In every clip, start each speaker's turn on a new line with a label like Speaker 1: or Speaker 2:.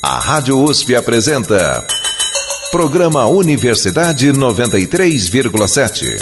Speaker 1: A Rádio USP apresenta Programa Universidade 93,7.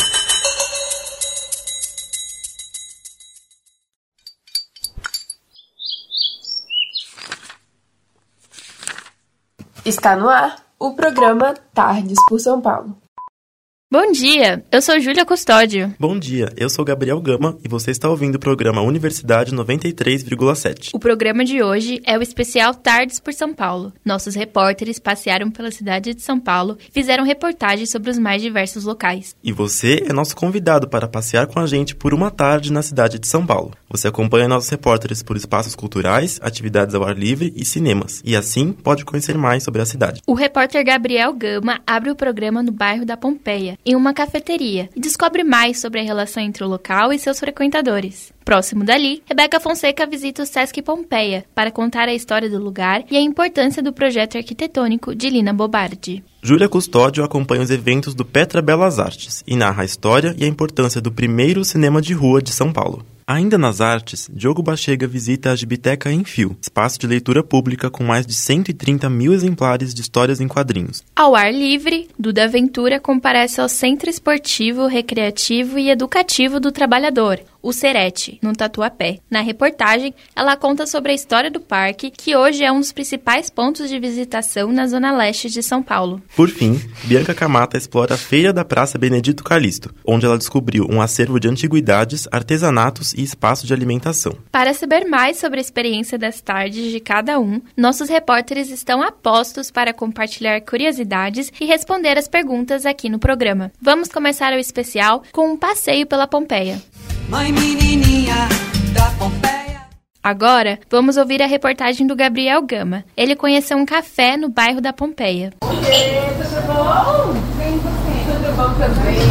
Speaker 2: Está no ar o programa Tardes por São Paulo.
Speaker 3: Bom dia, eu sou Júlia Custódio.
Speaker 4: Bom dia, eu sou Gabriel Gama e você está ouvindo o programa Universidade 93,7.
Speaker 3: O programa de hoje é o especial Tardes por São Paulo. Nossos repórteres passearam pela cidade de São Paulo e fizeram reportagens sobre os mais diversos locais.
Speaker 4: E você é nosso convidado para passear com a gente por uma tarde na cidade de São Paulo. Você acompanha nossos repórteres por espaços culturais, atividades ao ar livre e cinemas. E assim pode conhecer mais sobre a cidade.
Speaker 3: O repórter Gabriel Gama abre o programa no bairro da Pompeia, em uma cafeteria, e descobre mais sobre a relação entre o local e seus frequentadores. Próximo dali, Rebeca Fonseca visita o Sesc Pompeia para contar a história do lugar e a importância do projeto arquitetônico de Lina Bobardi.
Speaker 4: Júlia Custódio acompanha os eventos do Petra Belas Artes e narra a história e a importância do primeiro cinema de rua de São Paulo. Ainda nas artes, Diogo Bachega visita a Gibiteca em Fio, espaço de leitura pública com mais de 130 mil exemplares de histórias em quadrinhos.
Speaker 3: Ao ar livre, Duda Ventura comparece ao Centro Esportivo, Recreativo e Educativo do Trabalhador, o Cerete, no Tatuapé. Na reportagem, ela conta sobre a história do parque, que hoje é um dos principais pontos de visitação na zona leste de São Paulo.
Speaker 4: Por fim, Bianca Camata explora a Feira da Praça Benedito Calixto, onde ela descobriu um acervo de antiguidades, artesanatos e espaço de alimentação.
Speaker 3: Para saber mais sobre a experiência das tardes de cada um, nossos repórteres estão a postos para compartilhar curiosidades e responder as perguntas aqui no programa. Vamos começar o especial com um passeio pela Pompeia.
Speaker 5: Mãe menininha da Pompeia.
Speaker 3: Agora, vamos ouvir a reportagem do Gabriel Gama. Ele conheceu um café no bairro da Pompeia.
Speaker 2: Tudo bom? Tudo bom também?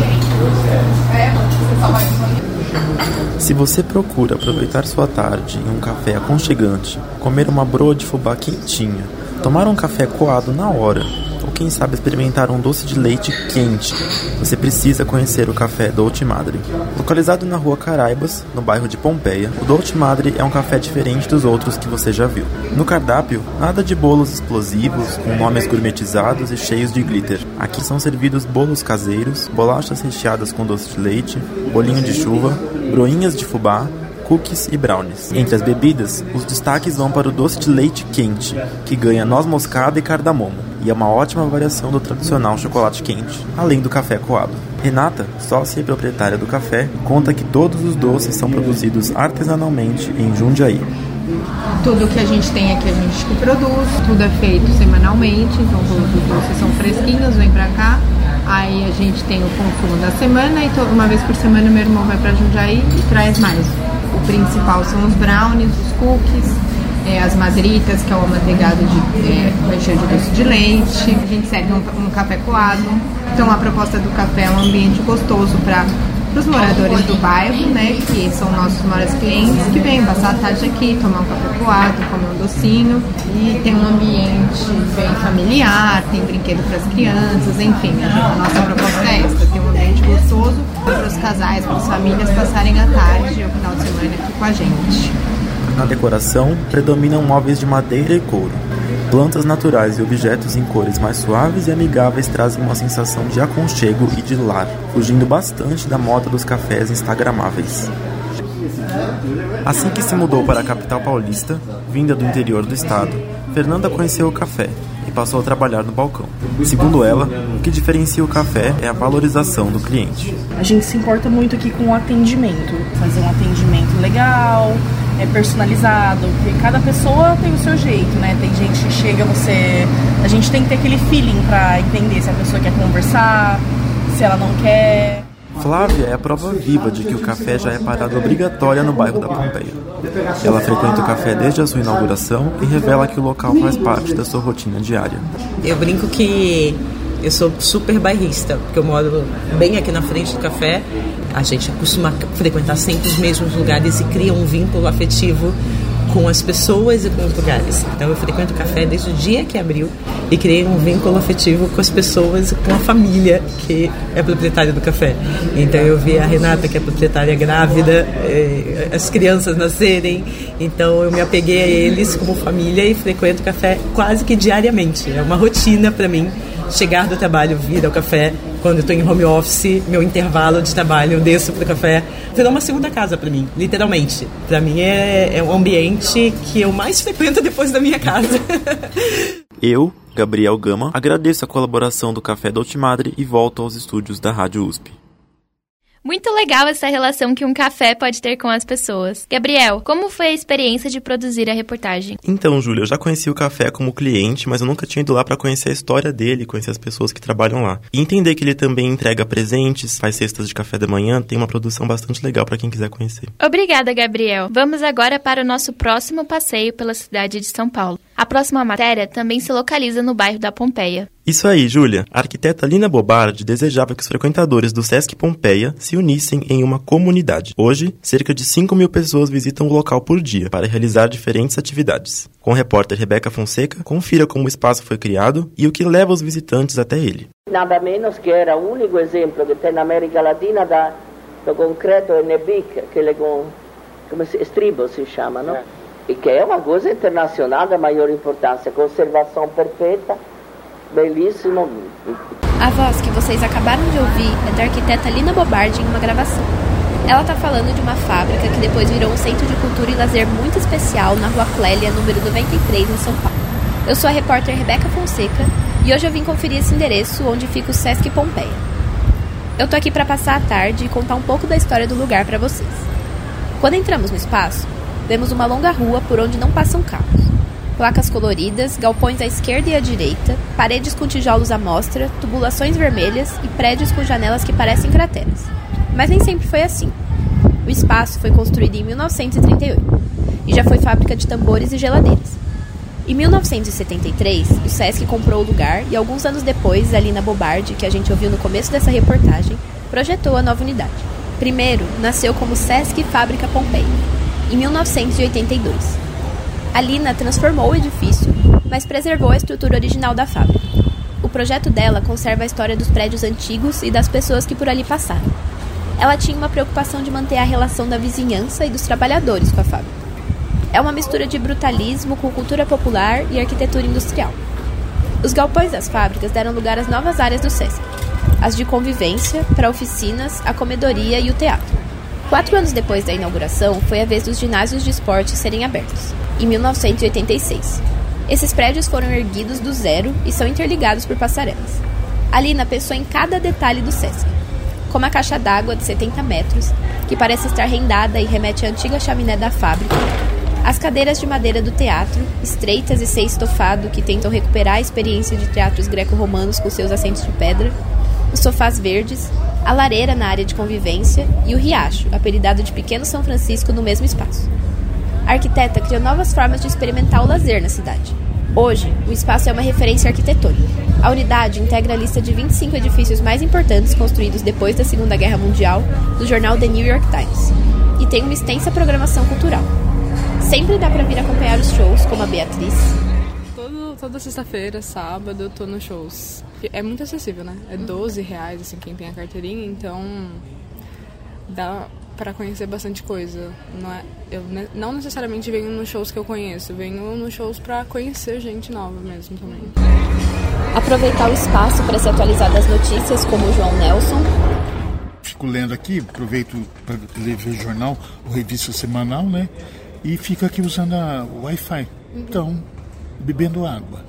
Speaker 2: Você só vai sonhar.
Speaker 4: Se você procura aproveitar sua tarde em um café aconchegante, comer uma broa de fubá quentinha, tomar um café coado na hora, ou quem sabe experimentar um doce de leite quente, você precisa conhecer o Café Dolce Madre. Localizado na rua Caraibas, no bairro de Pompeia, o Dolce Madre é um café diferente dos outros que você já viu. No cardápio, nada de bolos explosivos, com nomes gourmetizados e cheios de glitter. Aqui são servidos bolos caseiros, bolachas recheadas com doce de leite, bolinho de chuva, broinhas de fubá, cookies e brownies. Entre as bebidas, os destaques vão para o doce de leite quente, que ganha noz moscada e cardamomo, e é uma ótima variação do tradicional chocolate quente, além do café coado. Renata, sócia e proprietária do café, conta que todos os doces são produzidos artesanalmente em Jundiaí.
Speaker 6: Tudo que a gente tem aqui a gente que produz, tudo é feito semanalmente, então todos os doces são fresquinhos, vem pra cá. Aí a gente tem o consumo da semana e uma vez por semana meu irmão vai pra Jundiaí e traz mais. O principal são os brownies, os cookies, as madritas, que é o amanteigado recheio de doce de leite. A gente serve um café coado. Então a proposta do café é um ambiente gostoso para os moradores do bairro, né, que são nossos maiores clientes, que vêm passar a tarde aqui, tomar um café coado, comer um docinho. E tem um ambiente bem familiar, tem brinquedo para as crianças, enfim. A nossa proposta é essa, ter um ambiente gostoso para os casais, para as famílias passarem a tarde e o final de semana aqui com a gente.
Speaker 4: Na decoração, predominam móveis de madeira e couro. Plantas naturais e objetos em cores mais suaves e amigáveis trazem uma sensação de aconchego e de lar, fugindo bastante da moda dos cafés instagramáveis. Assim que se mudou para a capital paulista, vinda do interior do estado, Fernanda conheceu o café e passou a trabalhar no balcão. Segundo ela, o que diferencia o café é a valorização do cliente.
Speaker 7: A gente se importa muito aqui com o atendimento, fazer um atendimento legal, personalizado, porque cada pessoa tem o seu jeito, né? Tem gente que chega, a gente tem que ter aquele feeling para entender se a pessoa quer conversar, se ela não quer.
Speaker 4: Flávia é a prova viva de que o café já é parada obrigatória no bairro da Pompeia. Ela frequenta o café desde a sua inauguração e revela que o local faz parte da sua rotina diária.
Speaker 8: Eu brinco que eu sou super bairrista, porque eu moro bem aqui na frente do café. A gente costuma frequentar sempre os mesmos lugares e cria um vínculo afetivo com as pessoas e com os lugares. Então eu frequento o café desde o dia que abriu e criei um vínculo afetivo com as pessoas e com a família que é proprietária do café. Então eu vi a Renata, que é proprietária, grávida, as crianças nascerem, então eu me apeguei a eles como família e frequento o café quase que diariamente. É uma rotina para mim chegar do trabalho, vir ao café. Quando eu estou em home office, meu intervalo de trabalho, eu desço para o café. Virou uma segunda casa para mim, literalmente. Para mim é um ambiente que eu mais frequento depois da minha casa.
Speaker 4: Eu, Gabriel Gama, agradeço a colaboração do Café da Ultimadre e volto aos estúdios da Rádio USP.
Speaker 3: Muito legal essa relação que um café pode ter com as pessoas. Gabriel, como foi a experiência de produzir a reportagem?
Speaker 4: Então, Júlia, eu já conheci o café como cliente, mas eu nunca tinha ido lá para conhecer a história dele, conhecer as pessoas que trabalham lá. E entender que ele também entrega presentes, faz cestas de café da manhã, tem uma produção bastante legal para quem quiser conhecer.
Speaker 3: Obrigada, Gabriel. Vamos agora para o nosso próximo passeio pela cidade de São Paulo. A próxima matéria também se localiza no bairro da Pompeia.
Speaker 4: Isso aí, Júlia. A arquiteta Lina Bobardi desejava que os frequentadores do Sesc Pompeia se unissem em uma comunidade. Hoje, cerca de 5.000 pessoas visitam o local por dia para realizar diferentes atividades. Com a repórter Rebeca Fonseca, confira como o espaço foi criado e o que leva os visitantes até ele.
Speaker 9: Nada menos que era o único exemplo que tem na América Latina do concreto NBIC, aquele com estribo se chama, não? E que é uma coisa internacional da maior importância, conservação perfeita. Belíssimo.
Speaker 10: A voz que vocês acabaram de ouvir é da arquiteta Lina Bobardi em uma gravação. Ela está falando de uma fábrica que depois virou um centro de cultura e lazer muito especial na Rua Clélia, número 93, em São Paulo. Eu sou a repórter Rebeca Fonseca e hoje eu vim conferir esse endereço onde fica o Sesc Pompeia. Eu tô aqui para passar a tarde e contar um pouco da história do lugar para vocês. Quando entramos no espaço, vemos uma longa rua por onde não passam carros. Placas coloridas, galpões à esquerda e à direita, paredes com tijolos à mostra, tubulações vermelhas e prédios com janelas que parecem crateras. Mas nem sempre foi assim. O espaço foi construído em 1938 e já foi fábrica de tambores e geladeiras. Em 1973, o Sesc comprou o lugar e alguns anos depois, a Lina Bobardi, que a gente ouviu no começo dessa reportagem, projetou a nova unidade. Primeiro, nasceu como Sesc Fábrica Pompeia, em 1982. A Lina transformou o edifício, mas preservou a estrutura original da fábrica. O projeto dela conserva a história dos prédios antigos e das pessoas que por ali passaram. Ela tinha uma preocupação de manter a relação da vizinhança e dos trabalhadores com a fábrica. É uma mistura de brutalismo com cultura popular e arquitetura industrial. Os galpões das fábricas deram lugar às novas áreas do Sesc, as de convivência, para oficinas, a comedoria e o teatro. 4 anos depois da inauguração, foi a vez dos ginásios de esporte serem abertos, em 1986. Esses prédios foram erguidos do zero e são interligados por passarelas. A Lina pensou em cada detalhe do Sesc, como a caixa d'água de 70 metros, que parece estar rendada e remete à antiga chaminé da fábrica, as cadeiras de madeira do teatro, estreitas e sem estofado, que tentam recuperar a experiência de teatros greco-romanos com seus assentos de pedra, os sofás verdes, a lareira na área de convivência e o riacho, apelidado de Pequeno São Francisco, no mesmo espaço. A arquiteta criou novas formas de experimentar o lazer na cidade. Hoje, o espaço é uma referência arquitetônica. A unidade integra a lista de 25 edifícios mais importantes construídos depois da Segunda Guerra Mundial do jornal The New York Times e tem uma extensa programação cultural. Sempre dá pra vir acompanhar os shows, como a Beatriz.
Speaker 11: Toda sexta-feira, sábado, eu tô nos shows. É muito acessível, né? É R$12, assim, quem tem a carteirinha, então dá pra conhecer bastante coisa. Eu não necessariamente venho nos shows que eu conheço, venho nos shows pra conhecer gente nova mesmo também.
Speaker 10: Aproveitar o espaço para se atualizar das notícias, como o João Nelson.
Speaker 12: Fico lendo aqui, aproveito para ler o jornal, ou revista semanal, né? E fico aqui usando o Wi-Fi. Então, bebendo água.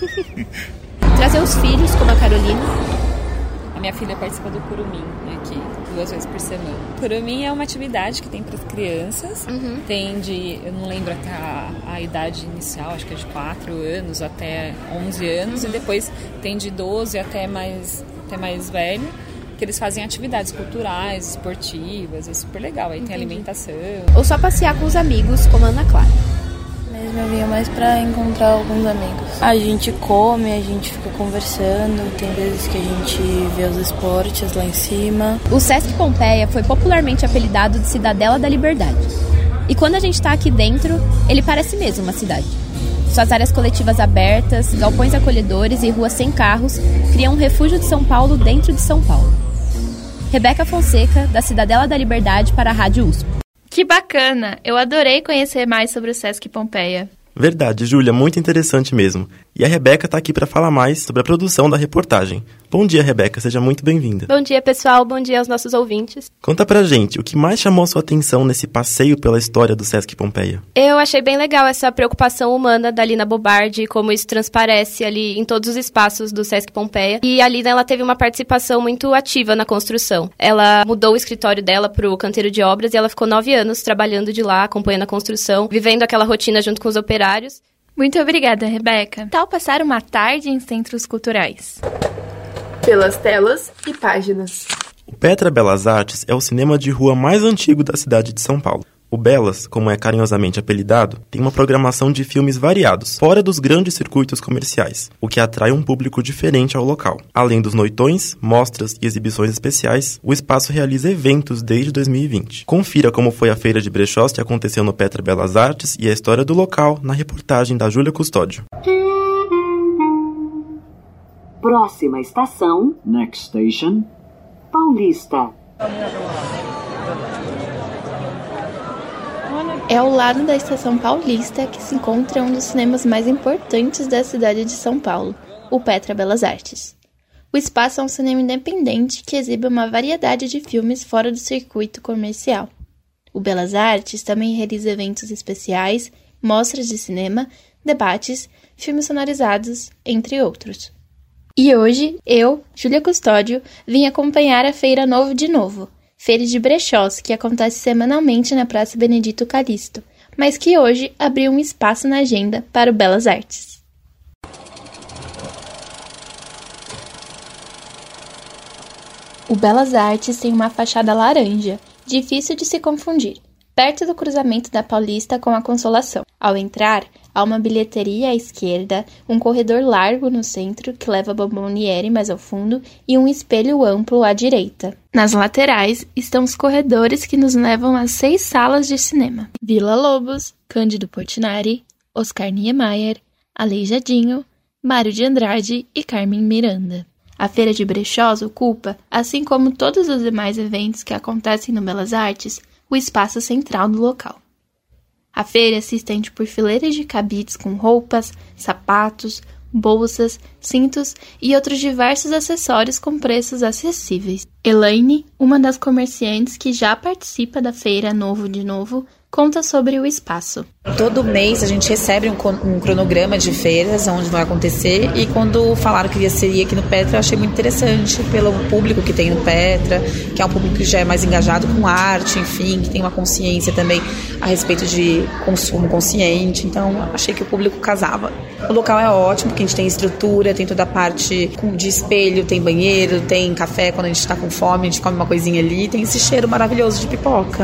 Speaker 10: Trazer os filhos, como a Carolina.
Speaker 13: A minha filha participa do Curumim, aqui, 2 vezes por semana. O Curumim é uma atividade que tem para as crianças. Tem eu não lembro até a idade inicial, acho que é de 4 anos até 11 anos. E depois tem de 12 até mais velho, que eles fazem atividades culturais, esportivas, é super legal. Aí tem alimentação.
Speaker 10: Ou só passear com os amigos, como a Ana Clara.
Speaker 14: Mas eu vinha mais pra encontrar alguns amigos. A gente come, a gente fica conversando, tem vezes que a gente vê os esportes lá em cima.
Speaker 10: O Sesc Pompeia foi popularmente apelidado de Cidadela da Liberdade. E quando a gente está aqui dentro, ele parece mesmo uma cidade. Suas áreas coletivas abertas, galpões acolhedores e ruas sem carros criam um refúgio de São Paulo dentro de São Paulo. Rebeca Fonseca, da Cidadela da Liberdade, para a Rádio USP.
Speaker 3: Que bacana! Eu adorei conhecer mais sobre o Sesc Pompeia.
Speaker 4: Verdade, Júlia, muito interessante mesmo. E a Rebeca está aqui para falar mais sobre a produção da reportagem. Bom dia, Rebeca, seja muito bem-vinda.
Speaker 15: Bom dia, pessoal, bom dia aos nossos ouvintes.
Speaker 4: Conta pra gente, o que mais chamou sua atenção nesse passeio pela história do Sesc Pompeia?
Speaker 15: Eu achei bem legal essa preocupação humana da Lina Bobardi, como isso transparece ali em todos os espaços do Sesc Pompeia. E a Lina, ela teve uma participação muito ativa na construção. Ela mudou o escritório dela pro canteiro de obras e ela ficou 9 anos trabalhando de lá, acompanhando a construção, vivendo aquela rotina junto com os operários.
Speaker 3: Muito obrigada, Rebeca. Tal passar uma tarde em centros culturais.
Speaker 2: Pelas telas e páginas.
Speaker 4: O Petra Belas Artes é o cinema de rua mais antigo da cidade de São Paulo. O Belas, como é carinhosamente apelidado, tem uma programação de filmes variados, fora dos grandes circuitos comerciais, o que atrai um público diferente ao local. Além dos noitões, mostras e exibições especiais, o espaço realiza eventos desde 2020. Confira como foi a feira de brechós que aconteceu no Petra Belas Artes e a história do local na reportagem da Júlia Custódio.
Speaker 16: Próxima estação, Next Station, Paulista.
Speaker 3: É ao lado da Estação Paulista que se encontra um dos cinemas mais importantes da cidade de São Paulo, o Petra Belas Artes. O espaço é um cinema independente que exibe uma variedade de filmes fora do circuito comercial. O Belas Artes também realiza eventos especiais, mostras de cinema, debates, filmes sonorizados, entre outros. E hoje, eu, Júlia Custódio, vim acompanhar a Feira Novo de Novo, feira de brechós que acontece semanalmente na Praça Benedito Calixto, mas que hoje abriu um espaço na agenda para o Belas Artes. O Belas Artes tem uma fachada laranja, difícil de se confundir, perto do cruzamento da Paulista com a Consolação. Ao entrar, há uma bilheteria à esquerda, um corredor largo no centro que leva a Bomboniere mais ao fundo e um espelho amplo à direita. Nas laterais estão os corredores que nos levam às 6 salas de cinema: Vila Lobos, Cândido Portinari, Oscar Niemeyer, Aleijadinho, Mário de Andrade e Carmen Miranda. A Feira de Brechós ocupa, assim como todos os demais eventos que acontecem no Belas Artes, o espaço central do local. A feira se estende por fileiras de cabides com roupas, sapatos, bolsas, cintos e outros diversos acessórios com preços acessíveis. Elaine, uma das comerciantes que já participa da Feira Novo de Novo, conta sobre o espaço.
Speaker 17: Todo mês a gente recebe um cronograma de feiras onde vai acontecer, e quando falaram que seria aqui no Petra, eu achei muito interessante pelo público que tem no Petra, que é um público que já é mais engajado com arte, enfim, que tem uma consciência também a respeito de consumo consciente, então achei que o público casava. O local é ótimo, porque a gente tem estrutura, tem toda a parte de espelho, tem banheiro, tem café quando a gente está com fome, a gente come uma coisinha ali, tem esse cheiro maravilhoso de pipoca.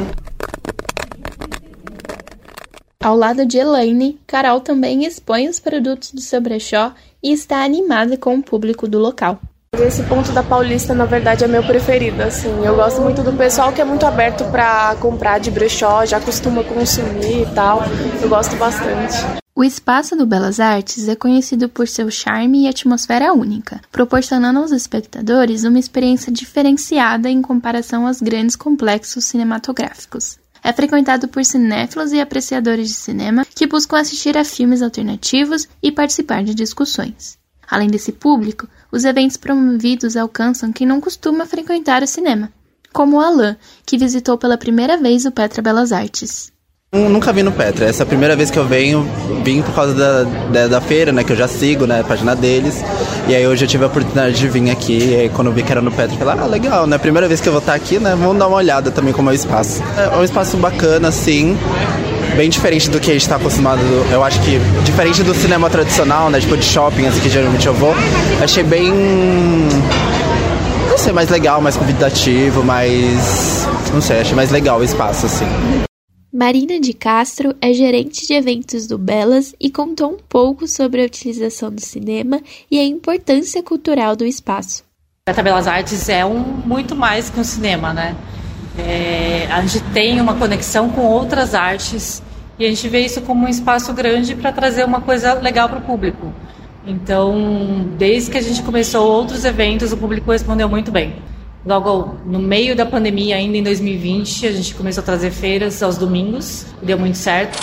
Speaker 3: Ao lado de Elaine, Carol também expõe os produtos do seu brechó e está animada com o público do local.
Speaker 18: Esse ponto da Paulista, na verdade, é meu preferido, assim. Eu gosto muito do pessoal que é muito aberto para comprar de brechó, já costuma consumir e tal. Eu gosto bastante.
Speaker 3: O espaço do Belas Artes é conhecido por seu charme e atmosfera única, proporcionando aos espectadores uma experiência diferenciada em comparação aos grandes complexos cinematográficos. É frequentado por cinéfilos e apreciadores de cinema que buscam assistir a filmes alternativos e participar de discussões. Além desse público, os eventos promovidos alcançam quem não costuma frequentar o cinema, como o Alain, que visitou pela primeira vez o Petra Belas Artes.
Speaker 19: Nunca vim no Petra, essa é a primeira vez que eu vim por causa da feira, né, que eu já sigo, né, a página deles, e aí hoje eu tive a oportunidade de vir aqui, e aí quando eu vi que era no Petra, eu falei, legal, né, primeira vez que eu vou estar aqui, né, vamos dar uma olhada também como é o espaço. É um espaço bacana, assim, bem diferente do que a gente está acostumado, eu acho que diferente do cinema tradicional, né, tipo de shopping, assim, que geralmente eu vou, achei bem, não sei, mais legal, mais convidativo, não sei, achei mais legal o espaço, assim.
Speaker 3: Marina de Castro é gerente de eventos do Belas e contou um pouco sobre a utilização do cinema e a importância cultural do espaço.
Speaker 20: Petra Belas Artes é muito mais que um cinema, né? A gente tem uma conexão com outras artes e a gente vê isso como um espaço grande para trazer uma coisa legal para o público. Então, desde que a gente começou outros eventos, o público respondeu muito bem. Logo no meio da pandemia, ainda em 2020, a gente começou a trazer feiras aos domingos, deu muito certo.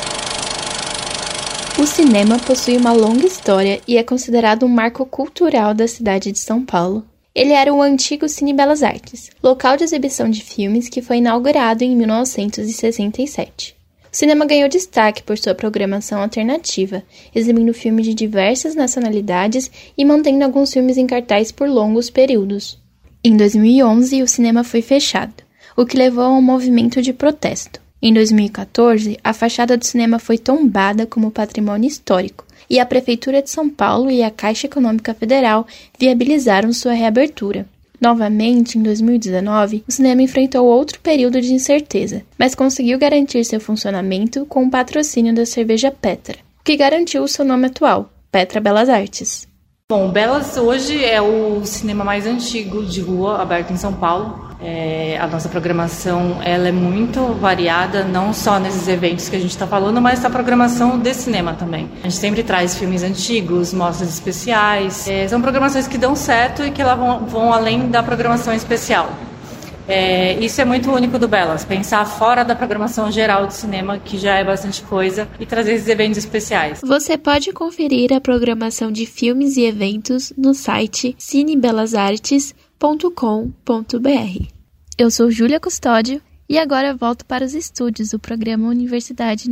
Speaker 3: O cinema possui uma longa história e é considerado um marco cultural da cidade de São Paulo. Ele era o antigo Cine Belas Artes, local de exibição de filmes que foi inaugurado em 1967. O cinema ganhou destaque por sua programação alternativa, exibindo filmes de diversas nacionalidades e mantendo alguns filmes em cartaz por longos períodos. Em 2011, o cinema foi fechado, o que levou a um movimento de protesto. Em 2014, a fachada do cinema foi tombada como patrimônio histórico e a Prefeitura de São Paulo e a Caixa Econômica Federal viabilizaram sua reabertura. Novamente, em 2019, o cinema enfrentou outro período de incerteza, mas conseguiu garantir seu funcionamento com o patrocínio da cerveja Petra, o que garantiu o seu nome atual, Petra Belas Artes.
Speaker 20: Bom, Belas hoje é o cinema mais antigo de rua aberto em São Paulo. A nossa programação ela é muito variada, não só nesses eventos que a gente está falando, mas na programação de cinema também. A gente sempre traz filmes antigos, mostras especiais. São programações que dão certo e que vão além da programação especial. Isso é muito único do Belas, pensar fora da programação geral de cinema, que já é bastante coisa, e trazer esses eventos especiais.
Speaker 3: Você pode conferir a programação de filmes e eventos no site cinebelasartes.com.br. Eu sou Júlia Custódio e agora volto para os estúdios do programa Universidade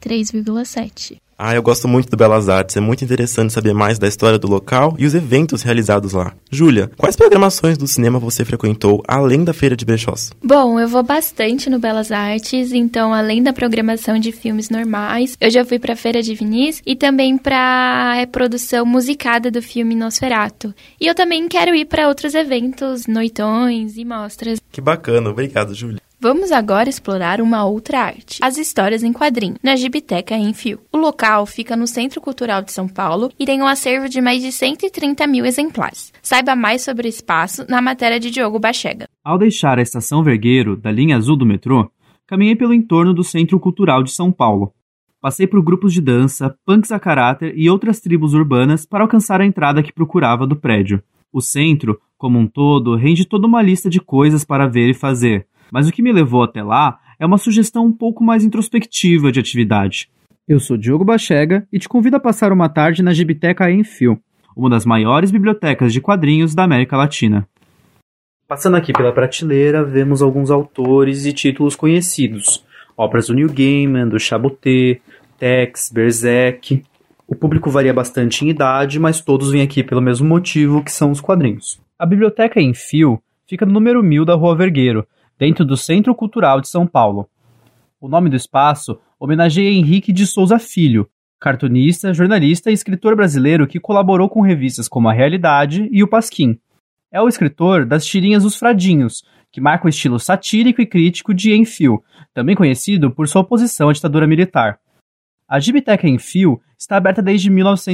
Speaker 3: 93,7.
Speaker 4: Eu gosto muito do Belas Artes, é muito interessante saber mais da história do local e os eventos realizados lá. Júlia, quais programações do cinema você frequentou além da Feira de Brechós?
Speaker 3: Bom, eu vou bastante no Belas Artes, então além da programação de filmes normais, eu já fui para a Feira de Vinis e também para a produção musicada do filme Nosferatu. E eu também quero ir para outros eventos, noitões e mostras.
Speaker 4: Que bacana, obrigado, Júlia.
Speaker 3: Vamos agora explorar uma outra arte, as histórias em quadrinho, na Gibiteca em Fio. O local fica no Centro Cultural de São Paulo e tem um acervo de mais de 130 mil exemplares. Saiba mais sobre o espaço na matéria de Diogo Bachega.
Speaker 21: Ao deixar a Estação Vergueiro, da linha azul do metrô, caminhei pelo entorno do Centro Cultural de São Paulo. Passei por grupos de dança, punks a caráter e outras tribos urbanas para alcançar a entrada que procurava do prédio. O centro, como um todo, rende toda uma lista de coisas para ver e fazer. Mas o que me levou até lá é uma sugestão um pouco mais introspectiva de atividade. Eu sou Diogo Bachega e te convido a passar uma tarde na Gibiteca em Fio, uma das maiores bibliotecas de quadrinhos da América Latina. Passando aqui pela prateleira, vemos alguns autores e títulos conhecidos. Obras do Neil Gaiman, do Chaboté, Tex, Berserk. O público varia bastante em idade, mas todos vêm aqui pelo mesmo motivo, que são os quadrinhos. A Biblioteca em Fio fica no número 1000 da Rua Vergueiro, dentro do Centro Cultural de São Paulo. O nome do espaço homenageia Henrique de Souza Filho, cartunista, jornalista e escritor brasileiro que colaborou com revistas como A Realidade e o Pasquim. É o escritor das tirinhas Os Fradinhos, que marca o estilo satírico e crítico de Em Fio, também conhecido por sua oposição à ditadura militar. A Gibiteca em Fio está aberta desde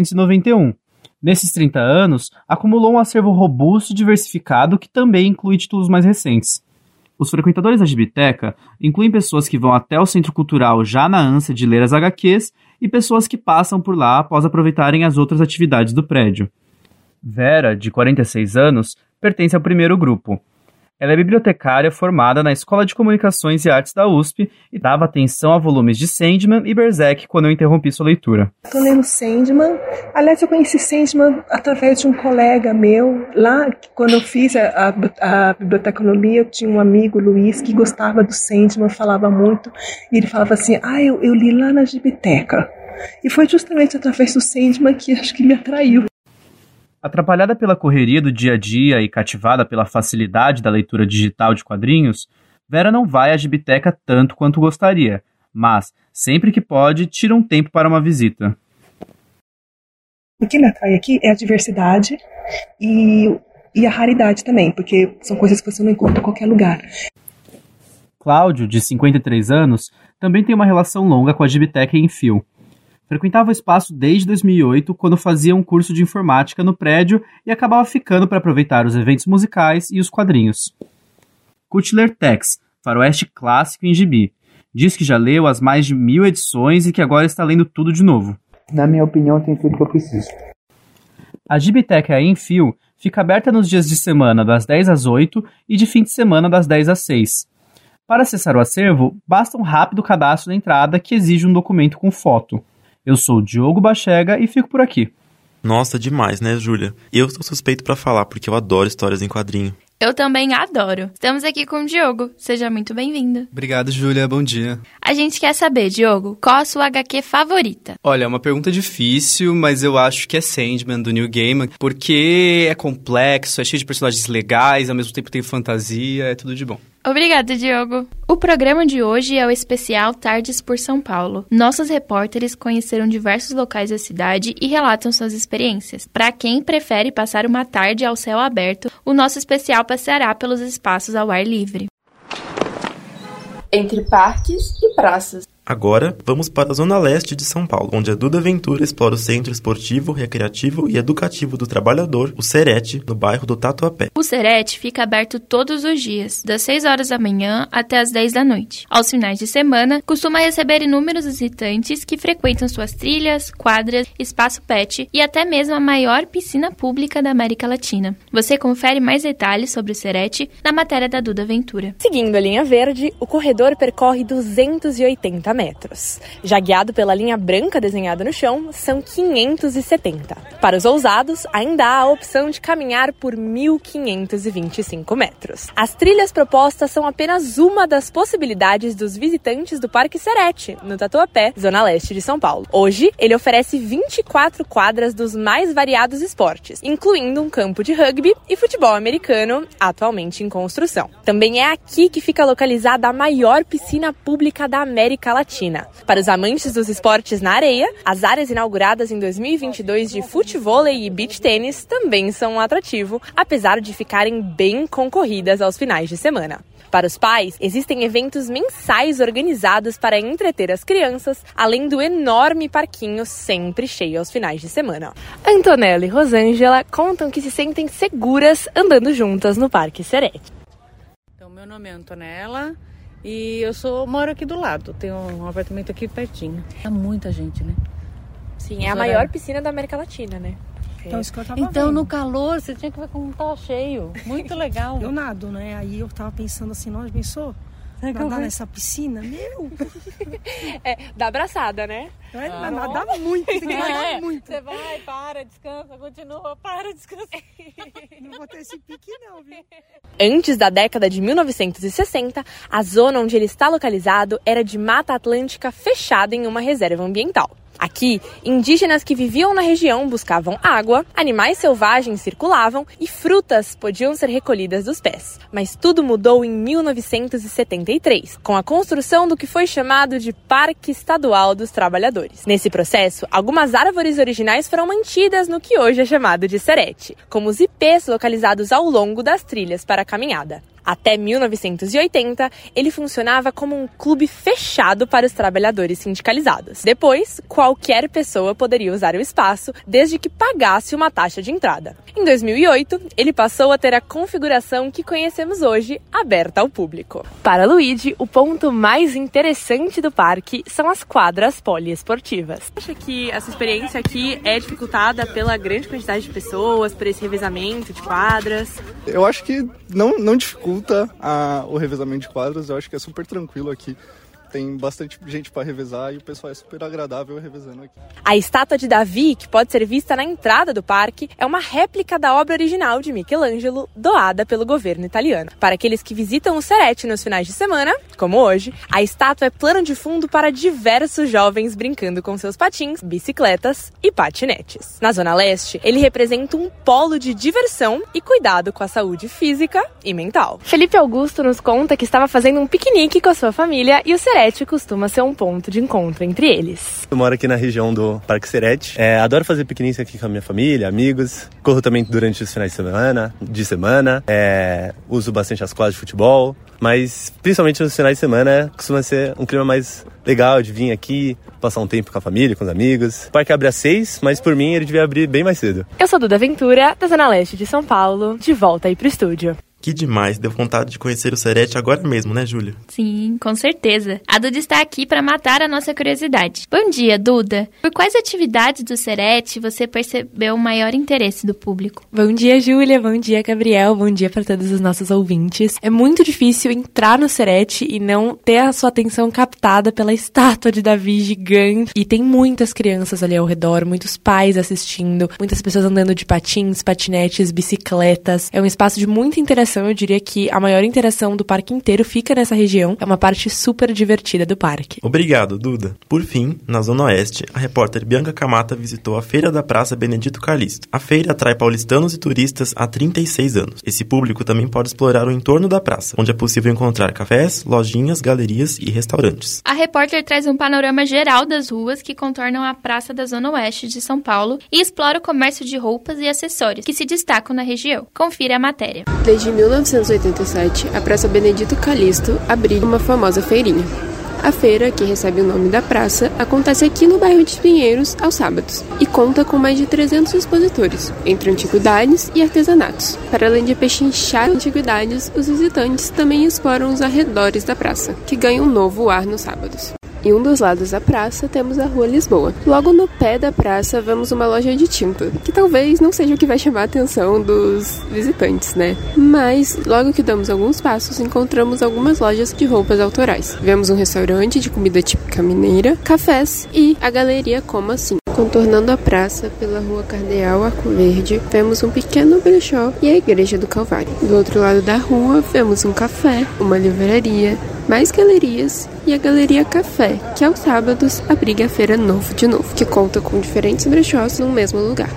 Speaker 21: 1991. Nesses 30 anos, acumulou um acervo robusto e diversificado que também inclui títulos mais recentes. Os frequentadores da Gibiteca incluem pessoas que vão até o Centro Cultural já na ânsia de ler as HQs e pessoas que passam por lá após aproveitarem as outras atividades do prédio. Vera, de 46 anos, pertence ao primeiro grupo. Ela é bibliotecária formada na Escola de Comunicações e Artes da USP e dava atenção a volumes de Sandman e Berserk quando eu interrompi sua leitura.
Speaker 22: Estou lendo Sandman. Aliás, eu conheci Sandman através de um colega meu. Lá, quando eu fiz a biblioteconomia, eu tinha um amigo, Luiz, que gostava do Sandman, falava muito. E ele falava assim, eu li lá na Gibiteca. E foi justamente através do Sandman que acho que me atraiu.
Speaker 21: Atrapalhada pela correria do dia a dia e cativada pela facilidade da leitura digital de quadrinhos, Vera não vai à Gibiteca tanto quanto gostaria, mas, sempre que pode, tira um tempo para uma visita.
Speaker 22: O que me atrai aqui é a diversidade e a raridade também, porque são coisas que você não encontra em qualquer lugar.
Speaker 21: Cláudio, de 53 anos, também tem uma relação longa com a Gibiteca em Fio. Frequentava o espaço desde 2008, quando fazia um curso de informática no prédio e acabava ficando para aproveitar os eventos musicais e os quadrinhos. Cutler Tex faroeste clássico em gibi. Diz que já leu as mais de 1000 edições e que agora está lendo tudo de novo.
Speaker 1: Na minha opinião, tem tudo que eu preciso.
Speaker 21: A Gibiteca em Fio fica aberta nos dias de semana das 10 às 8 e de fim de semana das 10 às 6. Para acessar o acervo, basta um rápido cadastro na entrada que exige um documento com foto. Eu sou o Diogo Bachega e fico por aqui.
Speaker 4: Nossa, demais, né, Júlia? Eu sou suspeito pra falar porque eu adoro histórias em quadrinho.
Speaker 3: Eu também adoro. Estamos aqui com o Diogo. Seja muito bem-vindo.
Speaker 5: Obrigado, Júlia. Bom dia.
Speaker 3: A gente quer saber, Diogo, qual a sua HQ favorita?
Speaker 5: Olha, é uma pergunta difícil, mas eu acho que é Sandman, do Neil Gaiman, porque é complexo, é cheio de personagens legais, ao mesmo tempo tem fantasia, é tudo de bom.
Speaker 3: Obrigada, Diogo. O programa de hoje é o especial Tardes por São Paulo. Nossos repórteres conheceram diversos locais da cidade e relatam suas experiências. Para quem prefere passar uma tarde ao céu aberto, o nosso especial passeará pelos espaços ao ar livre.
Speaker 2: Entre parques e praças.
Speaker 4: Agora, vamos para a Zona Leste de São Paulo, onde a Duda Ventura explora o Centro Esportivo, Recreativo e Educativo do Trabalhador, o Cerete, no bairro do Tatuapé.
Speaker 3: O Cerete fica aberto todos os dias, das 6 horas da manhã até as 10 da noite. Aos finais de semana, costuma receber inúmeros visitantes que frequentam suas trilhas, quadras, espaço pet e até mesmo a maior piscina pública da América Latina. Você confere mais detalhes sobre o Cerete na matéria da Duda Ventura.
Speaker 23: Seguindo a linha verde, o corredor percorre 280 metros. Já guiado pela linha branca desenhada no chão, são 570. Para os ousados, ainda há a opção de caminhar por 1.525 metros. As trilhas propostas são apenas uma das possibilidades dos visitantes do Parque Cerete, no Tatuapé, Zona Leste de São Paulo. Hoje, ele oferece 24 quadras dos mais variados esportes, incluindo um campo de rugby e futebol americano, atualmente em construção. Também é aqui que fica localizada a maior piscina pública da América Latina. Para os amantes dos esportes na areia, as áreas inauguradas em 2022 de futevôlei e beach tênis também são um atrativo, apesar de ficarem bem concorridas aos finais de semana. Para os pais, existem eventos mensais organizados para entreter as crianças, além do enorme parquinho sempre cheio aos finais de semana. Antonella e Rosângela contam que se sentem seguras andando juntas no Parque Cerete.
Speaker 24: Então, meu nome é Antonella. E moro aqui do lado, tenho um apartamento aqui pertinho. Há muita gente, né?
Speaker 23: Sim, é a maior piscina da América Latina, né?
Speaker 24: Então, isso que eu tava vendo. No calor, você tinha que ver como tava cheio. Muito legal.
Speaker 25: Eu nado, né? Aí eu tava pensando assim, nossa, pensou? Nadar nessa piscina? Meu!
Speaker 23: Dá abraçada, né?
Speaker 25: Mas nada muito, tem que nadar muito.
Speaker 24: Você vai, para, descansa, continua, para, descansa.
Speaker 25: Não vou ter esse pique não, viu?
Speaker 23: Antes da década de 1960, a zona onde ele está localizado era de Mata Atlântica fechada em uma reserva ambiental. Aqui, indígenas que viviam na região buscavam água, animais selvagens circulavam e frutas podiam ser recolhidas dos pés. Mas tudo mudou em 1973, com a construção do que foi chamado de Parque Estadual dos Trabalhadores. Nesse processo, algumas árvores originais foram mantidas no que hoje é chamado de Cerete, como os ipês localizados ao longo das trilhas para a caminhada. Até 1980, ele funcionava como um clube fechado para os trabalhadores sindicalizados. Depois, qualquer pessoa poderia usar o espaço, desde que pagasse uma taxa de entrada. Em 2008, ele passou a ter a configuração que conhecemos hoje, aberta ao público. Para Luigi, o ponto mais interessante do parque são as quadras poliesportivas. Acha que essa experiência aqui é dificultada pela grande quantidade de pessoas, por esse revezamento de quadras?
Speaker 26: Eu acho que não dificulta o revezamento de quadras, eu acho que é super tranquilo aqui. Tem bastante gente para revezar e o pessoal é super agradável revezando aqui.
Speaker 23: A estátua de Davi, que pode ser vista na entrada do parque, é uma réplica da obra original de Michelangelo, doada pelo governo italiano. Para aqueles que visitam o Cerete nos finais de semana, como hoje, a estátua é plano de fundo para diversos jovens brincando com seus patins, bicicletas e patinetes. Na Zona Leste, ele representa um polo de diversão e cuidado com a saúde física e mental. Felipe Augusto nos conta que estava fazendo um piquenique com a sua família e o Cerete costuma ser um ponto de encontro entre eles.
Speaker 27: Eu moro aqui na região do Parque Cerete. Adoro fazer piquenique aqui com a minha família, amigos. Corro também durante os finais de semana. Uso bastante as quadras de futebol. Mas, principalmente nos finais de semana, costuma ser um clima mais legal de vir aqui, passar um tempo com a família, com os amigos. O parque abre às 6, mas por mim ele devia abrir bem mais cedo.
Speaker 23: Eu sou Duda Ventura, da Zona Leste de São Paulo, de volta aí pro estúdio.
Speaker 4: Que demais, deu vontade de conhecer o Serete agora mesmo, né, Júlia?
Speaker 3: Sim, com certeza. A Duda está aqui para matar a nossa curiosidade. Bom dia, Duda. Por quais atividades do Serete você percebeu o maior interesse do público?
Speaker 23: Bom dia, Júlia. Bom dia, Gabriel. Bom dia para todos os nossos ouvintes. É muito difícil entrar no Serete e não ter a sua atenção captada pela estátua de Davi gigante. E tem muitas crianças ali ao redor, muitos pais assistindo, muitas pessoas andando de patins, patinetes, bicicletas. É um espaço de muita interação. Eu diria que a maior interação do parque inteiro fica nessa região. É uma parte super divertida do parque.
Speaker 4: Obrigado, Duda. Por fim, na Zona Oeste, a repórter Bianca Camata visitou a Feira da Praça Benedito Calixto. A feira atrai paulistanos e turistas há 36 anos. Esse público também pode explorar o entorno da praça, onde é possível encontrar cafés, lojinhas, galerias e restaurantes.
Speaker 3: A repórter traz um panorama geral das ruas que contornam a praça da Zona Oeste de São Paulo e explora o comércio de roupas e acessórios que se destacam na região. Confira a matéria.
Speaker 6: Desde 1987, a Praça Benedito Calixto abriga uma famosa feirinha. A feira, que recebe o nome da praça, acontece aqui no bairro de Pinheiros aos sábados e conta com mais de 300 expositores, entre antiguidades e artesanatos. Para além de pechinchar antiguidades, os visitantes também exploram os arredores da praça, que ganham um novo ar nos sábados. Em um dos lados da praça temos a Rua Lisboa. Logo no pé da praça vemos uma loja de tinta, que talvez não seja o que vai chamar a atenção dos visitantes, né? Mas, logo que damos alguns passos, encontramos algumas lojas de roupas autorais. Vemos um restaurante de comida típica mineira, cafés e a galeria Como Assim. Contornando a praça pela Rua Cardeal Arco Verde, vemos um pequeno brechó e a Igreja do Calvário. Do outro lado da rua, vemos um café, uma livraria, mais galerias e a Galeria Café, que aos sábados abriga a Feira Novo de Novo, que conta com diferentes brechós no mesmo lugar.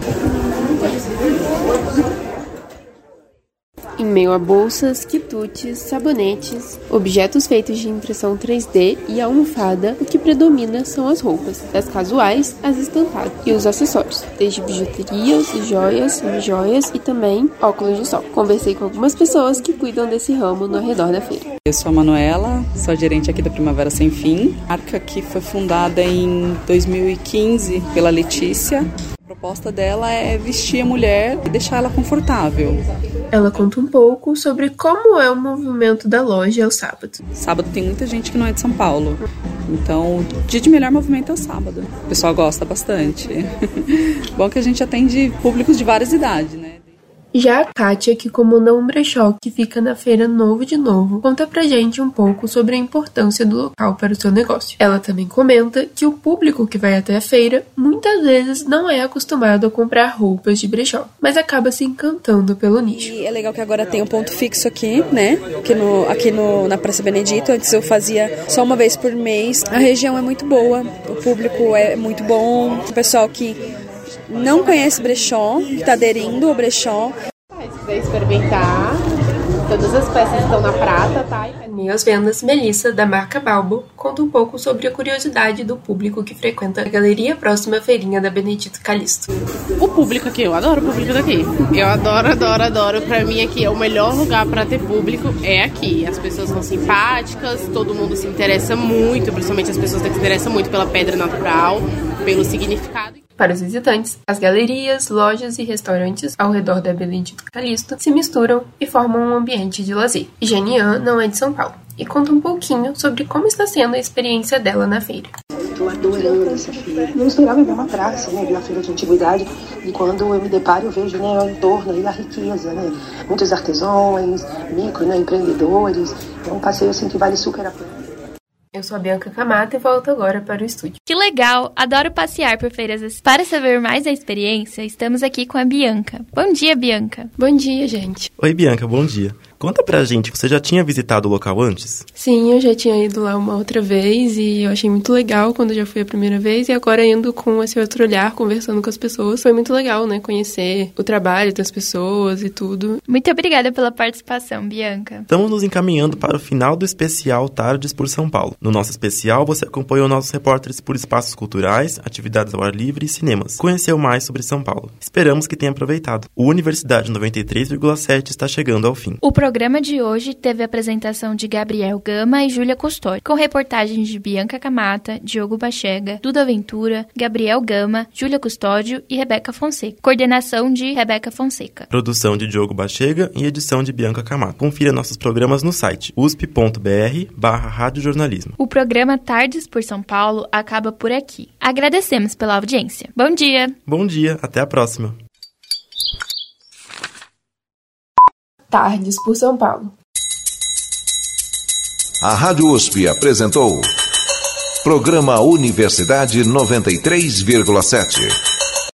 Speaker 6: Em meio a bolsas, quitutes, sabonetes, objetos feitos de impressão 3D e almofada, o que predomina são as roupas, das casuais às estampadas, e os acessórios, desde bijuterias, joias e também óculos de sol. Conversei com algumas pessoas que cuidam desse ramo no arredor da feira.
Speaker 7: Eu sou a Manuela, sou gerente aqui da Primavera Sem Fim. A marca que foi fundada em 2015 pela Letícia. A proposta dela é vestir a mulher e deixar ela confortável.
Speaker 23: Ela conta um pouco sobre como é o movimento da loja aos sábados.
Speaker 7: Sábado tem muita gente que não é de São Paulo, então o dia de melhor movimento é o sábado. O pessoal gosta bastante. Bom que a gente atende públicos de várias idades, né?
Speaker 23: Já a Kátia, que comanda um brechó que fica na Feira Novo de Novo, conta pra gente um pouco sobre a importância do local para o seu negócio. Ela também comenta que o público que vai até a feira muitas vezes não é acostumado a comprar roupas de brechó, mas acaba se encantando pelo nicho.
Speaker 8: E é legal que agora tem um ponto fixo aqui, né? Aqui na Praça Benedito. Antes eu fazia só uma vez por mês. A região é muito boa, o público é muito bom, o pessoal que não conhece brechó, que está aderindo ao brechó.
Speaker 23: Se quiser experimentar, todas as peças estão na prata, tá? Em meio às vendas, Melissa, da marca Balbo, conta um pouco sobre a curiosidade do público que frequenta a galeria próxima à feirinha da Benedito Calixto.
Speaker 9: O público aqui, eu adoro o público daqui. Eu adoro. Pra mim aqui é o melhor lugar pra ter público, é aqui. As pessoas são simpáticas, todo mundo se interessa muito, principalmente as pessoas que se interessam muito pela pedra natural, pelo significado.
Speaker 23: Para os visitantes, as galerias, lojas e restaurantes ao redor da Benedito Calixto se misturam e formam um ambiente de lazer. Janian não é de São Paulo e conta um pouquinho sobre como está sendo a experiência dela na feira.
Speaker 11: Estou adorando essa feira. Eu não esperava ver uma praça, né? Ver uma feira de antiguidade, e quando eu me deparo eu vejo, né, o entorno e a riqueza, né? Muitos artesãos, empreendedores. É um passeio assim que vale super a pena.
Speaker 23: Eu sou a Bianca Camata e volto agora para o estúdio.
Speaker 3: Que legal! Adoro passear por feiras. Para saber mais da experiência, estamos aqui com a Bianca. Bom dia, Bianca.
Speaker 23: Bom dia, gente.
Speaker 4: Oi, Bianca, bom dia. Conta pra gente, você já tinha visitado o local antes?
Speaker 23: Sim, eu já tinha ido lá uma outra vez e eu achei muito legal quando eu já fui a primeira vez, e agora indo com esse outro olhar, conversando com as pessoas, foi muito legal, né? Conhecer o trabalho das pessoas e tudo.
Speaker 3: Muito obrigada pela participação, Bianca.
Speaker 4: Estamos nos encaminhando para o final do especial Tardes por São Paulo. No nosso especial, você acompanhou nossos repórteres por espaços culturais, atividades ao ar livre e cinemas. Conheceu mais sobre São Paulo. Esperamos que tenha aproveitado. O Universidade 93,7 está chegando ao fim.
Speaker 3: O programa programa de hoje teve a apresentação de Gabriel Gama e Júlia Custódio, com reportagens de Bianca Camata, Diogo Bachega, Duda Ventura, Gabriel Gama, Júlia Custódio e Rebeca Fonseca. Coordenação de Rebeca Fonseca.
Speaker 4: Produção de Diogo Bachega e edição de Bianca Camata. Confira nossos programas no site usp.br/radiojornalismo.
Speaker 3: O programa Tardes por São Paulo acaba por aqui. Agradecemos pela audiência. Bom dia!
Speaker 4: Bom dia, até a próxima.
Speaker 2: Tardes por São Paulo.
Speaker 10: A Rádio USP apresentou Programa Universidade 93,7.